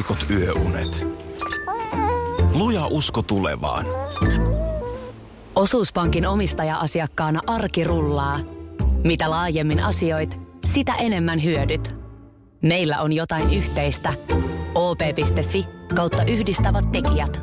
heikot yöunet. Luja usko tulevaan. Osuuspankin omistaja-asiakkaana arki rullaa. Mitä laajemmin asioit, sitä enemmän hyödyt. Meillä on jotain yhteistä. op.fi/yhdistävät tekijät.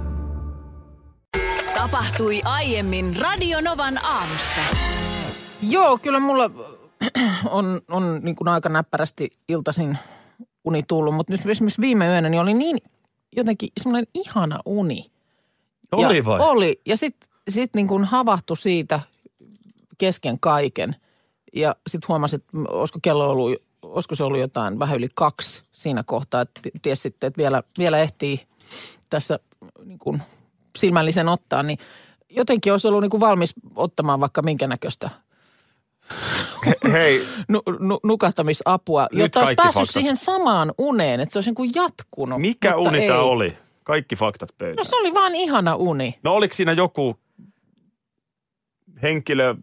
Tapahtui aiemmin Radio Novan aamussa. Joo, kyllä mulla on niin kuin aika näppärästi iltaisin uni tullut, mutta nyt esimerkiksi viime yönä niin oli niin jotenkin semmoinen ihana uni. Oli vai? Oli. Ja sit niin kuin havahtui siitä kesken kaiken. Ja sitten huomasin, että olisiko se ollut jotain vähän yli 2 siinä kohtaa. Että ties sitten, että vielä ehtii tässä niin kuin silmällisen ottaa. Niin jotenkin olisi ollut niin kuin valmis ottamaan vaikka minkä näköistä Hei. nukahtamisapua, jotta olisi päässyt siihen samaan uneen, että se olisi niin kuin jatkunut. Mikä uni tämä oli? Kaikki faktat pöytään. No se oli vaan ihana uni. No oliko siinä joku henkilö?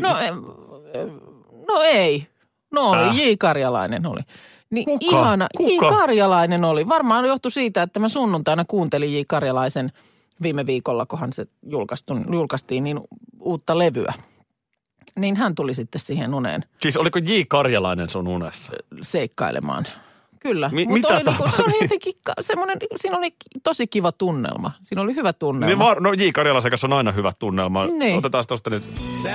No ei. No oli, J. Karjalainen oli. Niin Kuka? ihana, J. Karjalainen oli. Varmaan johtui siitä, että mä sunnuntaina kuuntelin J. Karjalaisen viime viikolla, kunhan se julkaistiin, niin uutta levyä. Niin hän tuli sitten siihen uneen. Siis oliko J. Karjalainen sun unessa? Seikkailemaan. Kyllä. Mitä se oli jotenkin semmoinen, siinä oli tosi kiva tunnelma. Siinä oli hyvä tunnelma. No J. Karjalaisen kanssa on aina hyvä tunnelma. Niin. Otetaan tosta nyt.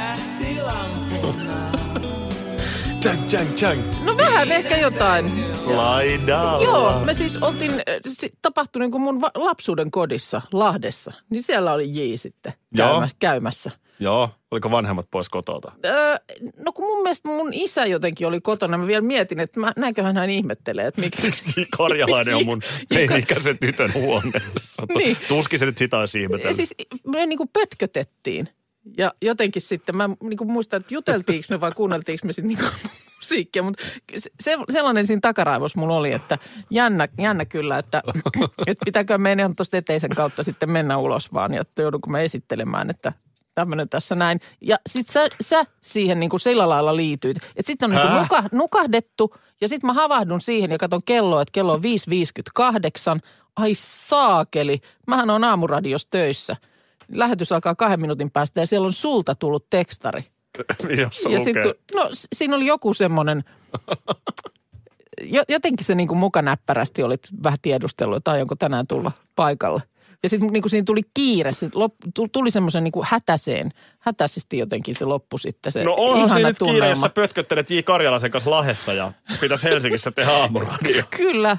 Tjang. No vähän ehkä jotain. Laidalla. Joo, me siis tapahtui niin kuin mun lapsuuden kodissa Lahdessa. Niin siellä oli J sitten käymässä. Joo, oliko vanhemmat pois kotolta? No kun mun mielestä mun isä jotenkin oli kotona. Mä vielä mietin, että näinköhän hän ihmettelee, että miksi Karjalainen on mun teini-ikäisen tytön huoneessa. Niin. Tuskin se nyt sitä olisi ihmetellyt. Siis me niin kuin pötkötettiin. Ja jotenkin sitten mä niin kuin muistan, että juteltiinko me vai kuunneltiinko me sitten niin kuin musiikkia. Mutta sellainen siinä takaraivossa mulla oli, että jännä kyllä, että pitääkö meidän tuosta eteisen kautta sitten mennä ulos vaan. Ja joudunko mä esittelemään, että tämmöinen tässä näin. Ja sit sä siihen niin kuin sillä lailla liityit. Että sitten on niin kuin nukahdettu ja sitten mä havahdun siihen ja katson kelloa, että kello on 5:58. Ai saakeli, mähän on aamuradiossa töissä. Lähetys alkaa 2 minuutin päästä ja siellä on sulta tullut tekstari. Jossa ja lukee. Siinä oli joku semmoinen, jotenkin se niin kuin mukanäppärästi olit vähän tiedustellut, että aionko tänään tulla paikalle. Ja sitten niin kuin siinä tuli kiire, tuli semmoisen niin kuin hätäisesti jotenkin se loppu sitten se no onhan se nyt tunnelma. kiire, jos sä pötköttelet J. Karjalaisen kanssa Lahdessa ja pitäisi Helsingissä tehdä aamuradio. Kyllä.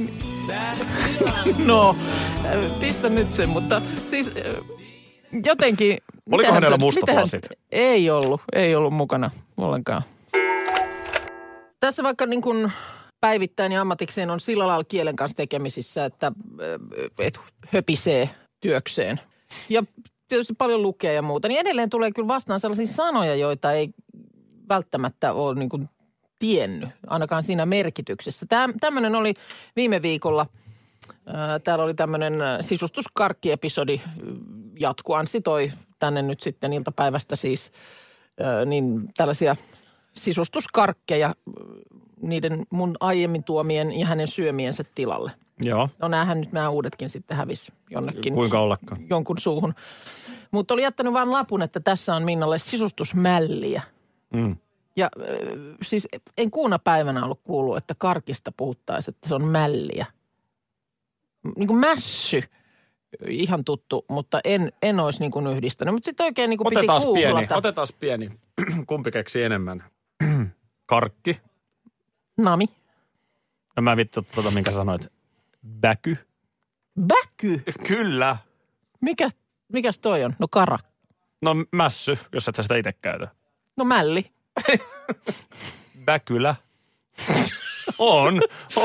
No, pistä nyt sen, mutta siis jotenkin. Oliko hänellä mustaplassit? Ei ollut mukana ollenkaan. Tässä vaikka niin kuin päivittäin ja ammatikseen on sillä lailla kielen kanssa tekemisissä, että höpisee työkseen. Ja tietysti paljon lukee ja muuta. Niin edelleen tulee kyllä vastaan sellaisia sanoja, joita ei välttämättä ole niin kuin tiennyt, ainakaan siinä merkityksessä. Tämmöinen oli viime viikolla. Täällä oli tämmöinen sisustuskarkkiepisodi. Anssi toi tänne nyt sitten iltapäivästä siis niin tällaisia sisustuskarkkeja niiden mun aiemmin tuomien ja hänen syömiensä tilalle. Joo. No nämä uudetkin sitten hävisi jonnekin. Kuinka ollakaan. Jonkun suuhun. Mutta oli jättänyt vaan lapun, että tässä on Minnalle sisustusmälliä. Mm. Ja siis en kuuna päivänä ollut kuullut, että karkista puhuttaisiin, että se on mälliä. Niin kuin mässy. Ihan tuttu, mutta en olisi niin kuin yhdistänyt. Mutta sitten oikein niin kuin piti googlata. Otetaan pieni. Kumpi keksi enemmän? Karkki. Nami. No mä vittu minkä sanoit. Bäky. Bäky? Kyllä. Mikäs toi on? No kara. No mässy, jos et sä sitä itse käytä. No mälli. Bäkylä. On.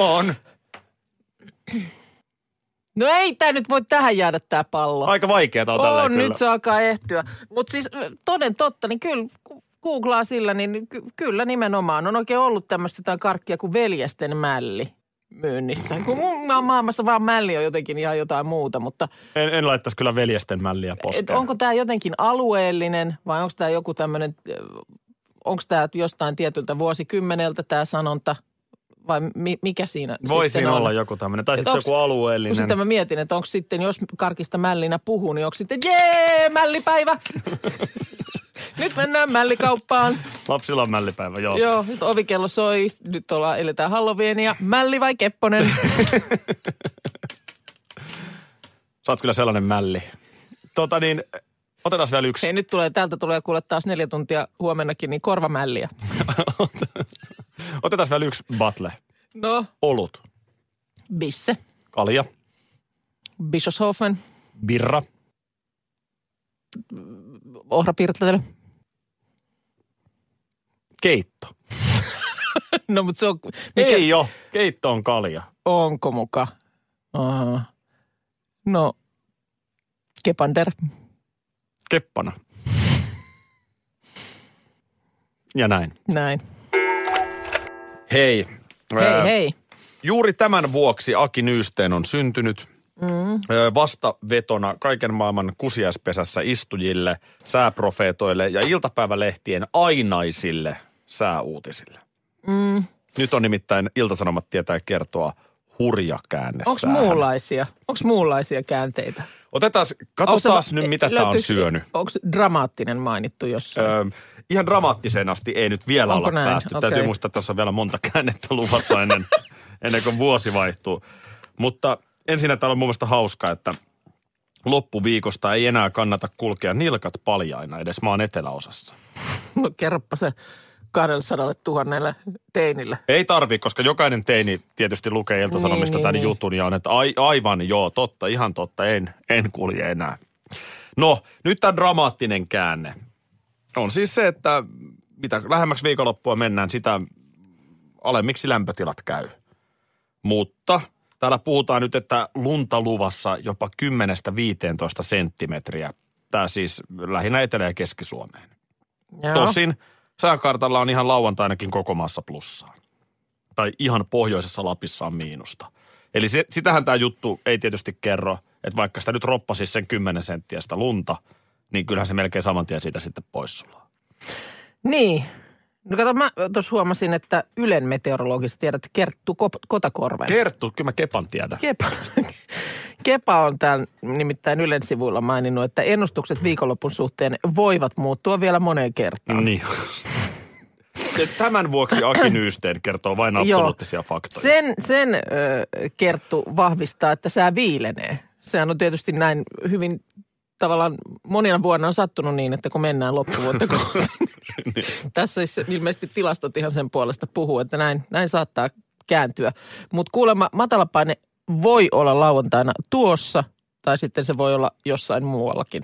No ei tää nyt voi tähän jäädä tää pallo. Aika vaikeeta on tällä kyllä. Nyt se alkaa ehtyä. Mutta siis toden totta, niin kyllä googlaa sillä, niin kyllä nimenomaan. On oikein ollut tämmöistä jotain karkkia kuin veljesten mälli myynnissä. Kun mun maailmassa vaan mälli on jotenkin ihan jotain muuta, mutta... En laittaisi kyllä veljesten mälliä poskeen. Onko tämä jotenkin alueellinen vai onko tämä joku tämmöinen, onko tämä jostain tietyltä vuosikymmeneltä tämä sanonta vai mikä siinä Voi sitten siinä on? olla joku tämmöinen, tai sitten onks, joku alueellinen. Kun sitä mä mietin, että onko sitten, jos karkista mällinä puhuu, niin onko sitten jee, mällipäivä. Nyt mennään mällikauppaan. Lapsilla on mällipäivä, joo. Joo, nyt ovikello soi, nyt eletään Halloweenia. Mälli vai Kepponen? Sä oot kyllä sellainen mälli. Otetaan vielä yksi. Hei, nyt täältä tulee kuule taas 4 tuntia huomennakin, niin korvamälliä. Otetaan vielä yksi battle. No. Olut. Bisse. Kalja. Bischofshofen. Birra. Ohrapirtletely. Keitto. No, mutta se on... Ei oo. Keitto on kalja. Onko muka? Aha. No, Kepander. Keppana. Ja näin. Näin. Hei. Hei. Juuri tämän vuoksi Aki Nyysteen on syntynyt vastavetona kaiken maailman kusiaispesässä istujille, sääprofeetoille ja iltapäivälehtien ainaisille sääuutisille. Nyt on nimittäin Ilta-Sanomat tietää kertoa hurja käänne. Onko muunlaisia käänteitä? Katsotaan nyt, mitä tämä on syönyt. Onko dramaattinen mainittu jossain? Ihan dramaattiseen asti ei nyt vielä Onko olla näin? päästy. Okay. Täytyy muistaa, että tässä on vielä monta käännettä luvassa ennen kuin vuosi vaihtuu. Mutta ensin täällä on mun mielestä hauskaa, että loppuviikosta ei enää kannata kulkea nilkat paljaina edes maan eteläosassa. No kerropa se 200 000 teinille. Ei tarvi, koska jokainen teini tietysti lukee Ilta-Sanomista tämän jutun ja on, että aivan joo, totta, ihan totta, en kulje enää. No, nyt tämä dramaattinen käänne on siis se, että mitä lähemmäksi viikonloppua mennään, sitä alemmiksi lämpötilat käy. Mutta täällä puhutaan nyt, että lunta luvassa jopa 10-15 senttimetriä. Tämä siis lähinnä Etelä- ja Keski-Suomeen. Joo. Tosin sääkartalla on ihan lauantainakin koko maassa plussaa. Tai ihan pohjoisessa Lapissa on miinusta. Eli sitähän tämä juttu ei tietysti kerro, että vaikka sitä nyt roppasisi sen 10 senttiä sitä lunta, niin kyllähän se melkein saman tien siitä sitten pois sulaa. Niin. No kato, mä tuossa huomasin, että Ylen meteorologista tiedät Kerttu Kotakorven. Kerttu, kyllä mä Kepan tiedän. Kepa on täällä nimittäin Ylen sivuilla maininnut, että ennustukset viikonlopun suhteen voivat muuttua vielä moneen kertaan. Niin. Tämän vuoksi Aki Nyysteen kertoo vain absoluuttisia faktoja. Sen Kerttu vahvistaa, että sää viilenee. Sehän on tietysti näin hyvin tavallaan monina vuonna on sattunut niin, että kun mennään loppuvuotta kohti. Niin. Tässä ilmeisesti tilastot ihan sen puolesta puhuu, että näin saattaa kääntyä. Mutta kuulemma matalapaine voi olla lauantaina tuossa tai sitten se voi olla jossain muuallakin.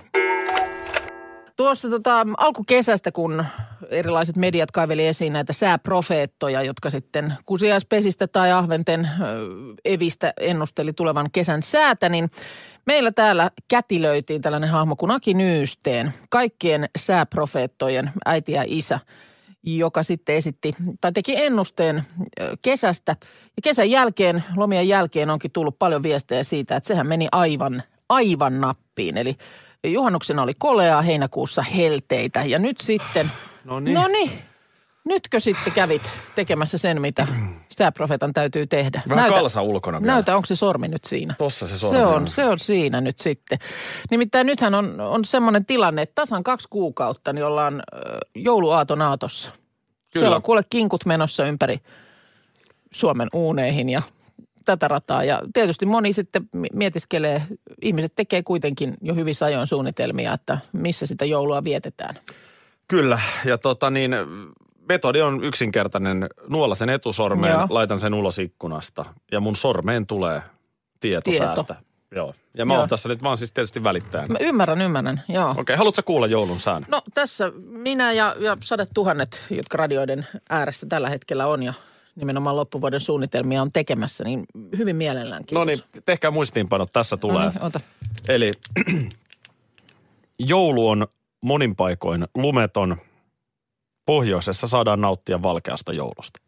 Tuossa alkukesästä, kun erilaiset mediat kaiveli esiin näitä sääprofeettoja, jotka sitten kusiaispesistä tai ahventen evistä ennusteli tulevan kesän säätä, niin meillä täällä kätilöitiin tällainen hahmo kuin Aki Nyysteen, kaikkien sääprofeettojen äiti ja isä, joka sitten esitti tai teki ennusteen kesästä. Ja kesän jälkeen, lomien jälkeen onkin tullut paljon viestejä siitä, että sehän meni aivan nappiin. Eli juhannuksena oli koleaa, heinäkuussa helteitä ja nyt sitten, no niin, nytkö sitten kävit tekemässä sen, mitä sääprofeetan täytyy tehdä? Vähän kalsa ulkona vielä. Näytä, onko se sormi nyt siinä? Tossa se sormi on. Se on siinä nyt sitten. Nimittäin nythän on semmoinen tilanne, että tasan 2 kuukautta niin ollaan jouluaaton aatossa. Kyllä. Siellä on kuule kinkut menossa ympäri Suomen uuneihin ja tätä rataa. Ja tietysti moni sitten mietiskelee, ihmiset tekee kuitenkin jo hyvissä ajoin suunnitelmia, että missä sitä joulua vietetään. Kyllä, ja metodi on yksinkertainen. Nuolasen etusormeen, laitan sen ulos ikkunasta ja mun sormeen tulee tieto. Säästä. Joo. Ja mä oon tässä nyt vaan siis tietysti välittäjänä. Mä ymmärrän, joo. Okei, haluatko kuulla joulun sään? No tässä minä ja 100 000, jotka radioiden ääressä tällä hetkellä on ja nimenomaan loppuvuoden suunnitelmia on tekemässä, niin hyvin mielellään. Kiitos. No niin, tehkää muistiinpanot, tässä tulee. No niin, ota. Eli joulu on monin paikoin lumeton. Pohjoisessa saadaan nauttia valkeasta joulusta.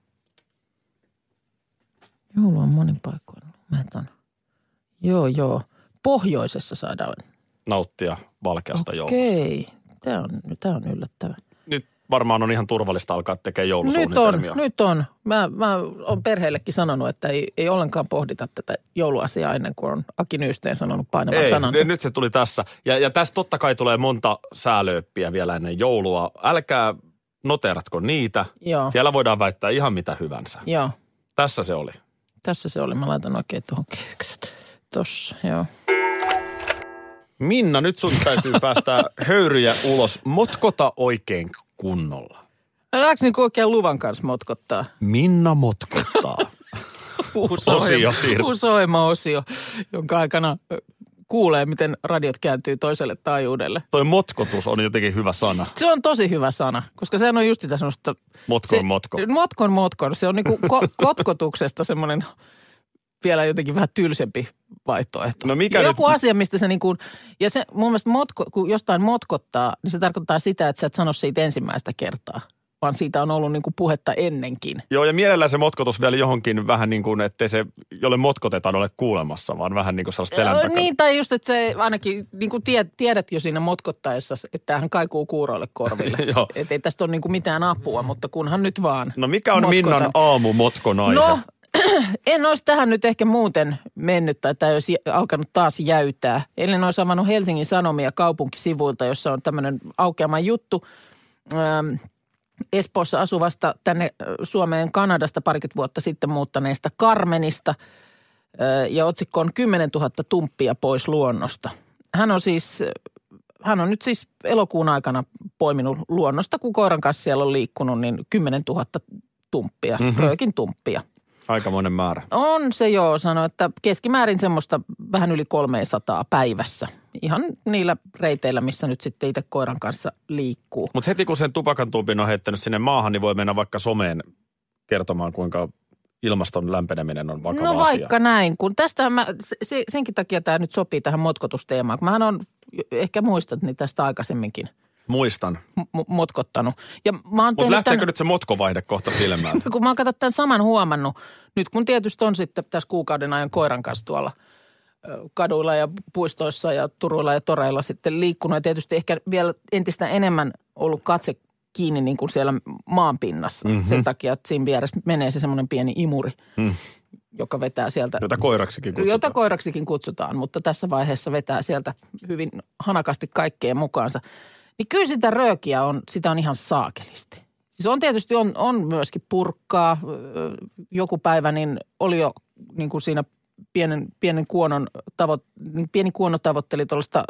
Joulu on monin paikoin lumeton. Joo. Pohjoisessa saadaan nauttia valkeasta joulusta. Okei, tämä on yllättävä. Nyt varmaan on ihan turvallista alkaa tekemään joulusuunnitelmia. Nyt on. Mä oon perheellekin sanonut, että ei ollenkaan pohdita tätä jouluasiaa ennen kuin on Aki Nyysteen sanonut painavan sanansa. Nyt se tuli tässä. Ja tässä totta kai tulee monta säälööppiä vielä ennen joulua. Älkää noteeratko niitä. Joo. Siellä voidaan väittää ihan mitä hyvänsä. Joo. Tässä se oli. Tässä se oli. Mä laitan oikein tuohon kehykset. Tossa, joo. Minna, nyt sun täytyy päästä höyryjä ulos. Motkota oikein kunnolla. Läks niin oikein luvan kanssa motkottaa? Minna motkottaa. Uusi ohjelmaosio, jonka aikana kuulee, miten radiot kääntyy toiselle taajuudelle. Toi motkotus on jotenkin hyvä sana. Se on tosi hyvä sana, koska sehän on just sitä semmoista... Motkon. Se on niinku kotkotuksesta semmoinen vielä jotenkin vähän tylsempi vaihtoehto. No mikä joku nyt? asia, mistä se niin kuin, ja se mun mielestä kun jostain motkottaa, niin se tarkoittaa sitä, että sä et sano siitä ensimmäistä kertaa, vaan siitä on ollut niin kuin puhetta ennenkin. Joo, ja mielellään se motkotus vielä johonkin vähän niin kuin, ettei se, jolle motkotetaan, ole kuulemassa, vaan vähän niin kuin sellaista selän takana. Niin, tai just, että se ainakin niin kuin tiedät jo siinä motkottaessa, että tämähän kaikuu kuuroille korville. Että ei tästä ole niin kuin mitään apua, mutta kunhan nyt vaan. No mikä on Minnan aamumotkon aihe? No, en olisi tähän nyt ehkä muuten mennyt tai tämä olisi alkanut taas jäytää. Eilen olisi avannut Helsingin Sanomia kaupunkisivuilta, jossa on tämmöinen aukeama juttu Espoossa asuvasta tänne Suomeen Kanadasta parikymmentä vuotta sitten muuttaneesta Carmenista. Ja otsikko on 10 000 tumppia pois luonnosta. Hän on nyt siis elokuun aikana poiminut luonnosta, kun koiran kanssa siellä on liikkunut, niin 10 000 tumppia, röökin tumppia. Aikamoinen määrä. On se joo, sanoi, että keskimäärin semmoista vähän yli 300 päivässä. Ihan niillä reiteillä, missä nyt sitten itse koiran kanssa liikkuu. Mutta heti kun sen tupakantumpin on heittänyt sinne maahan, niin voi mennä vaikka someen kertomaan, kuinka ilmaston lämpeneminen on vakava asia. No vaikka näin, kun tästä senkin takia tämä nyt sopii tähän motkotusteemaan. Mähän on, ehkä muistat, niin tästä aikaisemminkin. Muistan. Motkottanut. Mutta lähteekö nyt se motkovaihde kohta silmään? Kun mä oon katsonut tämän saman huomannut, nyt kun tietysti on sitten tässä kuukauden ajan koiran kanssa tuolla kaduilla ja puistoissa ja turuilla ja toreilla sitten liikkunut. Ja tietysti ehkä vielä entistä enemmän ollut katse kiinni niin kuin siellä maanpinnassa. Sen takia, että siinä vieressä menee se semmoinen pieni imuri, joka vetää sieltä. Jota koiraksikin kutsutaan, mutta tässä vaiheessa vetää sieltä hyvin hanakasti kaikkeen mukaansa. Niin kyllä sitä röökiä sitä on ihan saakelisti. Siis on tietysti, on myöskin purkkaa. Joku päivä niin oli jo niin kuin siinä pieni kuono tavoitteli tuollaista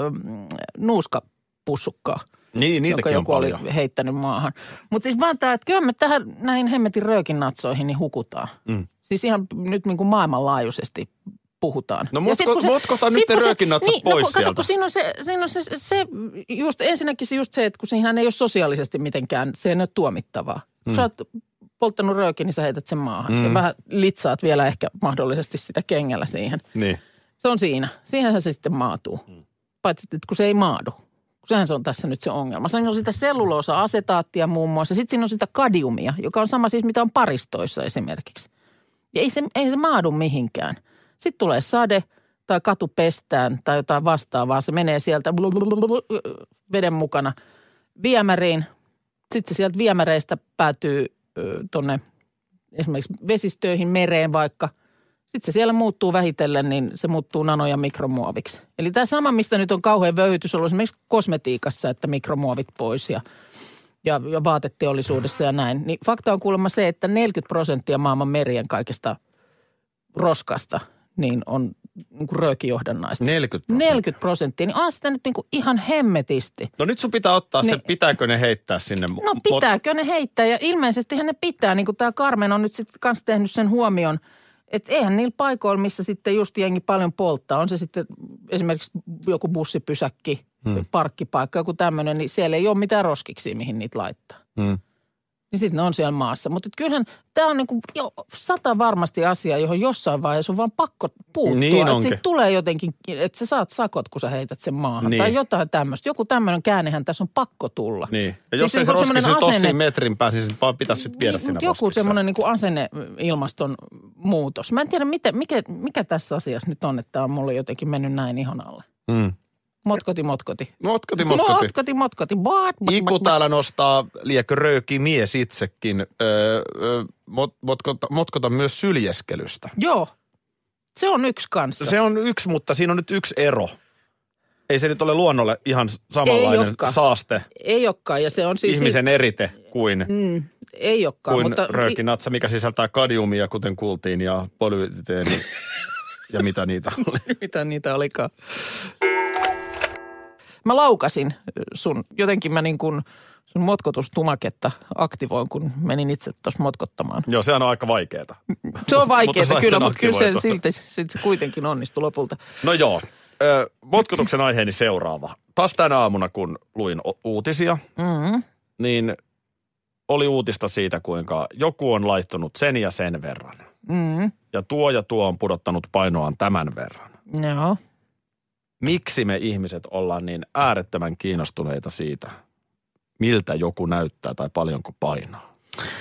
nuuskapussukkaa. Niin, joka joku oli heittänyt maahan. Mutta siis vaan tämä, että kyllä me näihin hemmetin röökin natsoihin niin hukutaan. Siis ihan nyt niin kuin maailmanlaajuisesti puhutaan. No motkotaan nyt röökinnatsat pois sieltä. Kato, kun siinä on se just ensinnäkin se, että kun siinä ei ole sosiaalisesti mitenkään, se ei ole tuomittavaa. Kun sä oot polttanut röökin, niin sä heität sen maahan. Ja vähän litsaat vielä ehkä mahdollisesti sitä kengällä siihen. Niin. Se on siinä. Siihenhän se sitten maatuu. Paitsi, että kun se ei maadu. Sehän se on tässä nyt se ongelma. Siinä on sitä selluloosa-asetaattia muun muassa. Sitten siinä on sitä kadiumia, joka on sama siis mitä on paristoissa esimerkiksi. Ja ei se maadu mihinkään. Sitten tulee sade tai katu pestään tai jotain vastaavaa. Se menee sieltä veden mukana viemäriin. Sitten se sieltä viemäreistä päätyy tuonne esimerkiksi vesistöihin, mereen vaikka. Sitten se siellä muuttuu vähitellen, niin se muuttuu nano- ja mikromuoviksi. Eli tämä sama, mistä nyt on kauhean vöyhytys ollut esimerkiksi kosmetiikassa, että mikromuovit pois ja vaateteollisuudessa ja näin. Niin fakta on kuulemma se, että 40% maailman merien kaikesta roskasta niin on niin kuin röökijohdannaista. 40%? 40%, niin on sitä nyt niin kuin ihan hemmetisti. No nyt sun pitää ottaa se, pitääkö ne heittää sinne? No pitääkö ne heittää ja ilmeisestihän ne pitää, niin kuin tämä Carmen on nyt sitten kanssa tehnyt sen huomion, että eihän niillä paikoilla, missä sitten just jengi paljon polttaa, on se sitten esimerkiksi joku bussipysäkki, parkkipaikka, joku tämmöinen, niin siellä ei ole mitään roskiksi, mihin niitä laittaa. Niin sitten ne on siellä maassa. Mutta kyllähän tämä on niinku jo 100 varmasti asia, johon jossain vaiheessa on vaan pakko puuttua. Niin että sitten tulee jotenkin, että sä saat sakot, kun sä heität sen maahan. Niin. Tai jotain tämmöistä. Joku tämmöinen käännehän tässä on pakko tulla. Niin. Ja jos ei se roskisi nyt tossiin metrin päässä, niin vaan pitäisi sitten viedä siinä joku semmoinen niinku asenneilmaston muutos. Mä en tiedä, mikä tässä asiassa nyt on, että tämä on mulle jotenkin mennyt näin ihon alle. Motkoti. Iku täällä nostaa, liekö rööki mies itsekin, motkota myös syljeskelystä. Joo, se on yksi kanssa. Se on yksi, mutta siinä on nyt yksi ero. Ei se nyt ole luonnolle ihan samanlainen saaste. Ei olekaan, ja se on siis... Ihmisen erite kuin... ei olekaan, kuin mutta... röökinatsa, mikä sisältää kadmiumia, kuten kuultiin, ja polyteeni ja mitä niitä oli. Mitä niitä olikaan. Mä laukasin jotenkin mä niin kuin sun motkotustumaketta aktivoin, kun menin itse tuossa motkottamaan. Joo, sehän on aika vaikeeta. Se on vaikeeta kyllä, mutta kyllä se silti se kuitenkin onnistui lopulta. No joo, motkotuksen aiheeni seuraava. Taas tänä aamuna, kun luin uutisia, niin oli uutista siitä, kuinka joku on laittanut sen ja sen verran. Ja tuo on pudottanut painoaan tämän verran. Joo. Miksi me ihmiset ollaan niin äärettömän kiinnostuneita siitä, miltä joku näyttää tai paljonko painaa?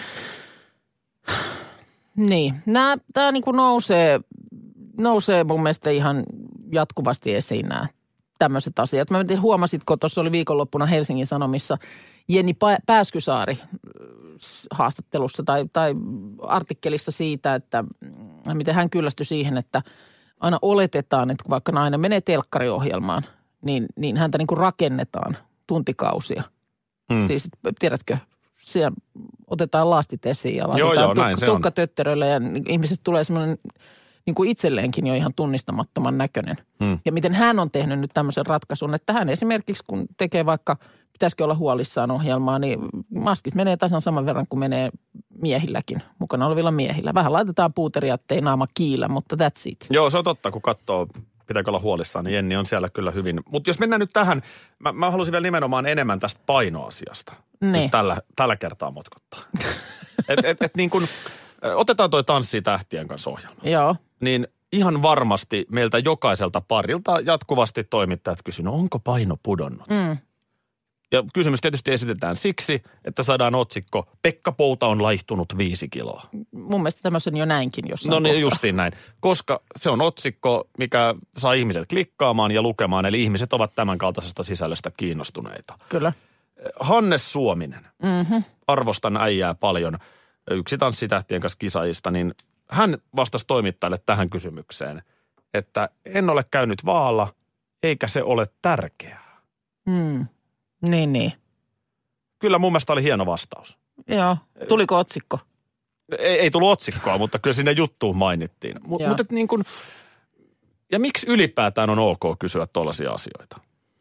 Niin, tämä niin kuin nousee mun mielestä ihan jatkuvasti esiin nämä tämmöiset asiat. Mä en tiedä, huomasitko, tuossa oli viikonloppuna Helsingin Sanomissa Jenni Pääskysaari haastattelussa tai artikkelissa siitä, että miten hän kyllästyi siihen, että aina oletetaan, että kun vaikka nainen menee telkkariohjelmaan, niin häntä niin kuin rakennetaan tuntikausia. Siis tiedätkö, siellä otetaan lastit esiin ja laitetaan tukkatötteröille ja ihmiset tulee semmoinen niin kuin itselleenkin jo ihan tunnistamattoman näköinen. Ja miten hän on tehnyt nyt tämmöisen ratkaisun, että hän esimerkiksi kun tekee vaikka, pitäisikö olla huolissaan ohjelmaa, niin maskit menee tasan saman verran kuin menee miehilläkin, mukana olevilla miehillä. Vähän laitetaan puuteria, ettei naama kiillä, mutta that's it. Joo, se on totta, kun katsoo, pitääkö olla huolissaan, niin Jenni on siellä kyllä hyvin. Mutta jos mennään nyt tähän, mä halusin vielä nimenomaan enemmän tästä painoasiasta. Nyt tällä kertaa motkottaa. et niin kun, otetaan toi Tanssii tähtien kanssa ohjelma. Joo. Niin ihan varmasti meiltä jokaiselta parilta jatkuvasti toimittajat kysyvät, no onko paino pudonnut? Ja kysymys tietysti esitetään siksi, että saadaan otsikko, Pekka Pouta on laihtunut 5 kiloa. Mun mielestä tämmöisen jo näinkin jossain No niin, kohtaa. justiin näin. Koska se on otsikko, mikä saa ihmiset klikkaamaan ja lukemaan, eli ihmiset ovat tämän kaltaisesta sisällöstä kiinnostuneita. Kyllä. Hannes Suominen, arvostan äijää paljon, yksi Tanssitähtien kanssa kisajista, niin hän vastasi toimittajalle tähän kysymykseen, että en ole käynyt vaalla, eikä se ole tärkeää. Niin. Kyllä mun mielestä oli hieno vastaus. Joo. Tuliko otsikko? Ei tullut otsikkoa, mutta kyllä sinne juttuun mainittiin. Mutta niin kuin, ja miksi ylipäätään on ok kysyä tollaisia asioita?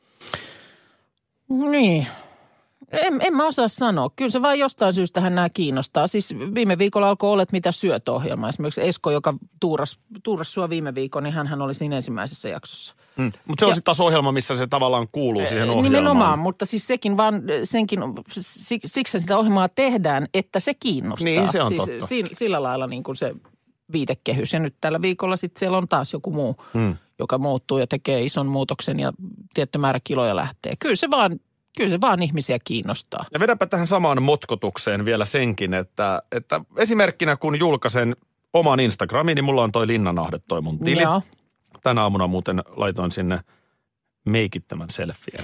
Niin. En mä osaa sanoa. Kyllä se vaan jostain syystä nämä kiinnostaa. Siis viime viikolla alkoi Olet mitä syöt -ohjelma. Esimerkiksi Esko, joka tuuras sua viime viikon, niin hän oli siinä ensimmäisessä jaksossa. Mutta se on sitten taas ohjelma, missä se tavallaan kuuluu siihen ohjelmaan. Nimenomaan, mutta siis sekin vaan, siksi sitä ohjelmaa tehdään, että se kiinnostaa. Niin, se on siis totta. Sillä lailla niin kuin se viitekehys. Ja nyt tällä viikolla sitten siellä on taas joku muu, joka muuttuu ja tekee ison muutoksen ja tietty määrä kiloja lähtee. Kyllä se vaan ihmisiä kiinnostaa. Ja vedänpä tähän samaan motkotukseen vielä senkin, että esimerkkinä kun julkaisen oman Instagramiin, niin mulla on toi Linnanahde, toi mun tili. Joo. Tänä aamuna muuten laitoin sinne meikittämän selfien.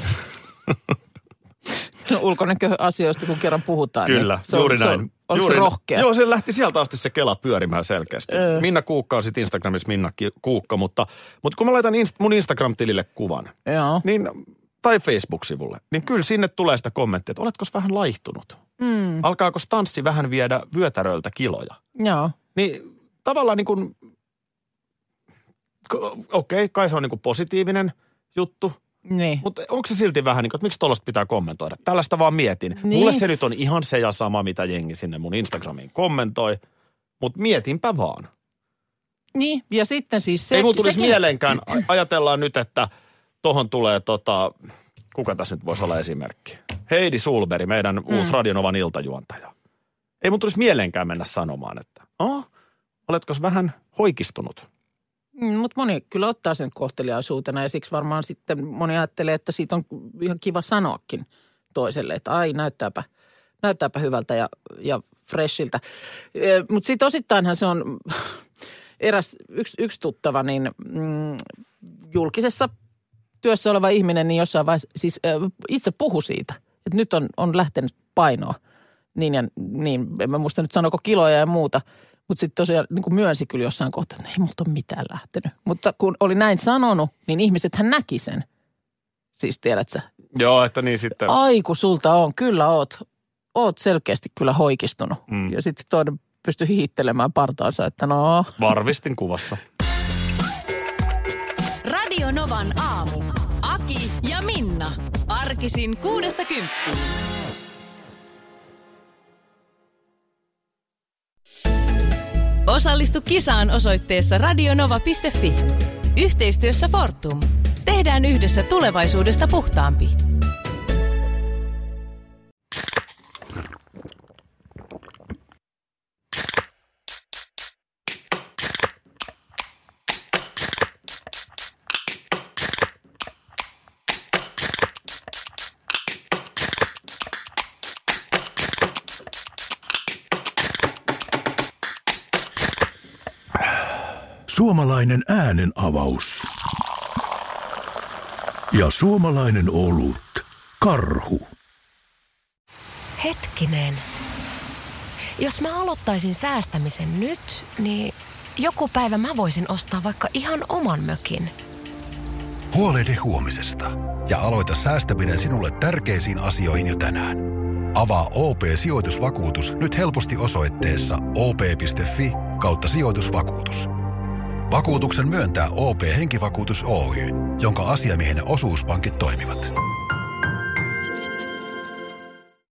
No ulkonäköasioista, kun kerran puhutaan. Kyllä, niin juuri näin. Onko se rohkea? Joo, se lähti sieltä asti se kela pyörimään selkeästi. Minna Kuukka on sitten Instagramissa Minna Kuukka, mutta kun mä laitan mun Instagram-tilille kuvan, niin, tai Facebook-sivulle, niin kyllä sinne tulee sitä kommenttia, että oletko vähän laihtunut? Alkaako Tanssi vähän viedä vyötäröltä kiloja? Joo. Niin tavallaan niin kuin, okei, kai se on niin kuin positiivinen juttu. Niin. Mutta onko se silti vähän niin kuin, että miksi tuollaista pitää kommentoida? Tällaista vaan mietin. Niin. Mulle se nyt on ihan se ja sama, mitä jengi sinne mun Instagramiin kommentoi. Mutta mietinpä vaan. Niin, ja sitten siis se... Ei mulla tulisi mieleenkään. Ajatellaan nyt, että tohon tulee kuka tässä nyt voisi olla esimerkki? Heidi Sulberg, meidän uusi Radio Novan iltajuontaja. Ei mun tulisi mieleenkään mennä sanomaan, että oletko vähän hoikistunut? Mutta moni kyllä ottaa sen kohteliaisuutena ja siksi varmaan sitten moni ajattelee, että siitä on ihan kiva sanoakin toiselle, että ai näyttääpä hyvältä ja freshiltä. Mutta sitten osittainhan se on yksi tuttava niin julkisessa työssä oleva ihminen niin jossain vaiheessa siis itse puhui siitä, että nyt on lähtenyt painoa. Niin, en mä muista nyt sanoko kiloja ja muuta, mutta sitten tosiaan niin kuin myönsi kyllä jossain kohtaa, että ei multa ole mitään lähtenyt. Mutta kun oli näin sanonut, niin ihmisethän näki sen. Siis tiedät sä? Joo, että niin sitten. Ai kun sulta on, kyllä oot selkeästi kyllä hoikistunut. Ja sitten toinen pystyi hihittelemään partaansa, että no. Varvistin kuvassa. Radio Novan aamu. Aki ja Minna. Arkisin 6–10. Osallistu kisaan osoitteessa radionova.fi. Yhteistyössä Fortum. Tehdään yhdessä tulevaisuudesta puhtaampi. Suomalainen äänen avaus. Ja suomalainen olut. Karhu. Hetkinen. Jos mä aloittaisin säästämisen nyt, niin joku päivä mä voisin ostaa vaikka ihan oman mökin. Huolehdi huomisesta ja aloita säästäminen sinulle tärkeisiin asioihin jo tänään. Avaa OP-sijoitusvakuutus nyt helposti osoitteessa op.fi/sijoitusvakuutus. Vakuutuksen myöntää OP-henkivakuutus Oy, jonka asiamiehen osuuspankit toimivat.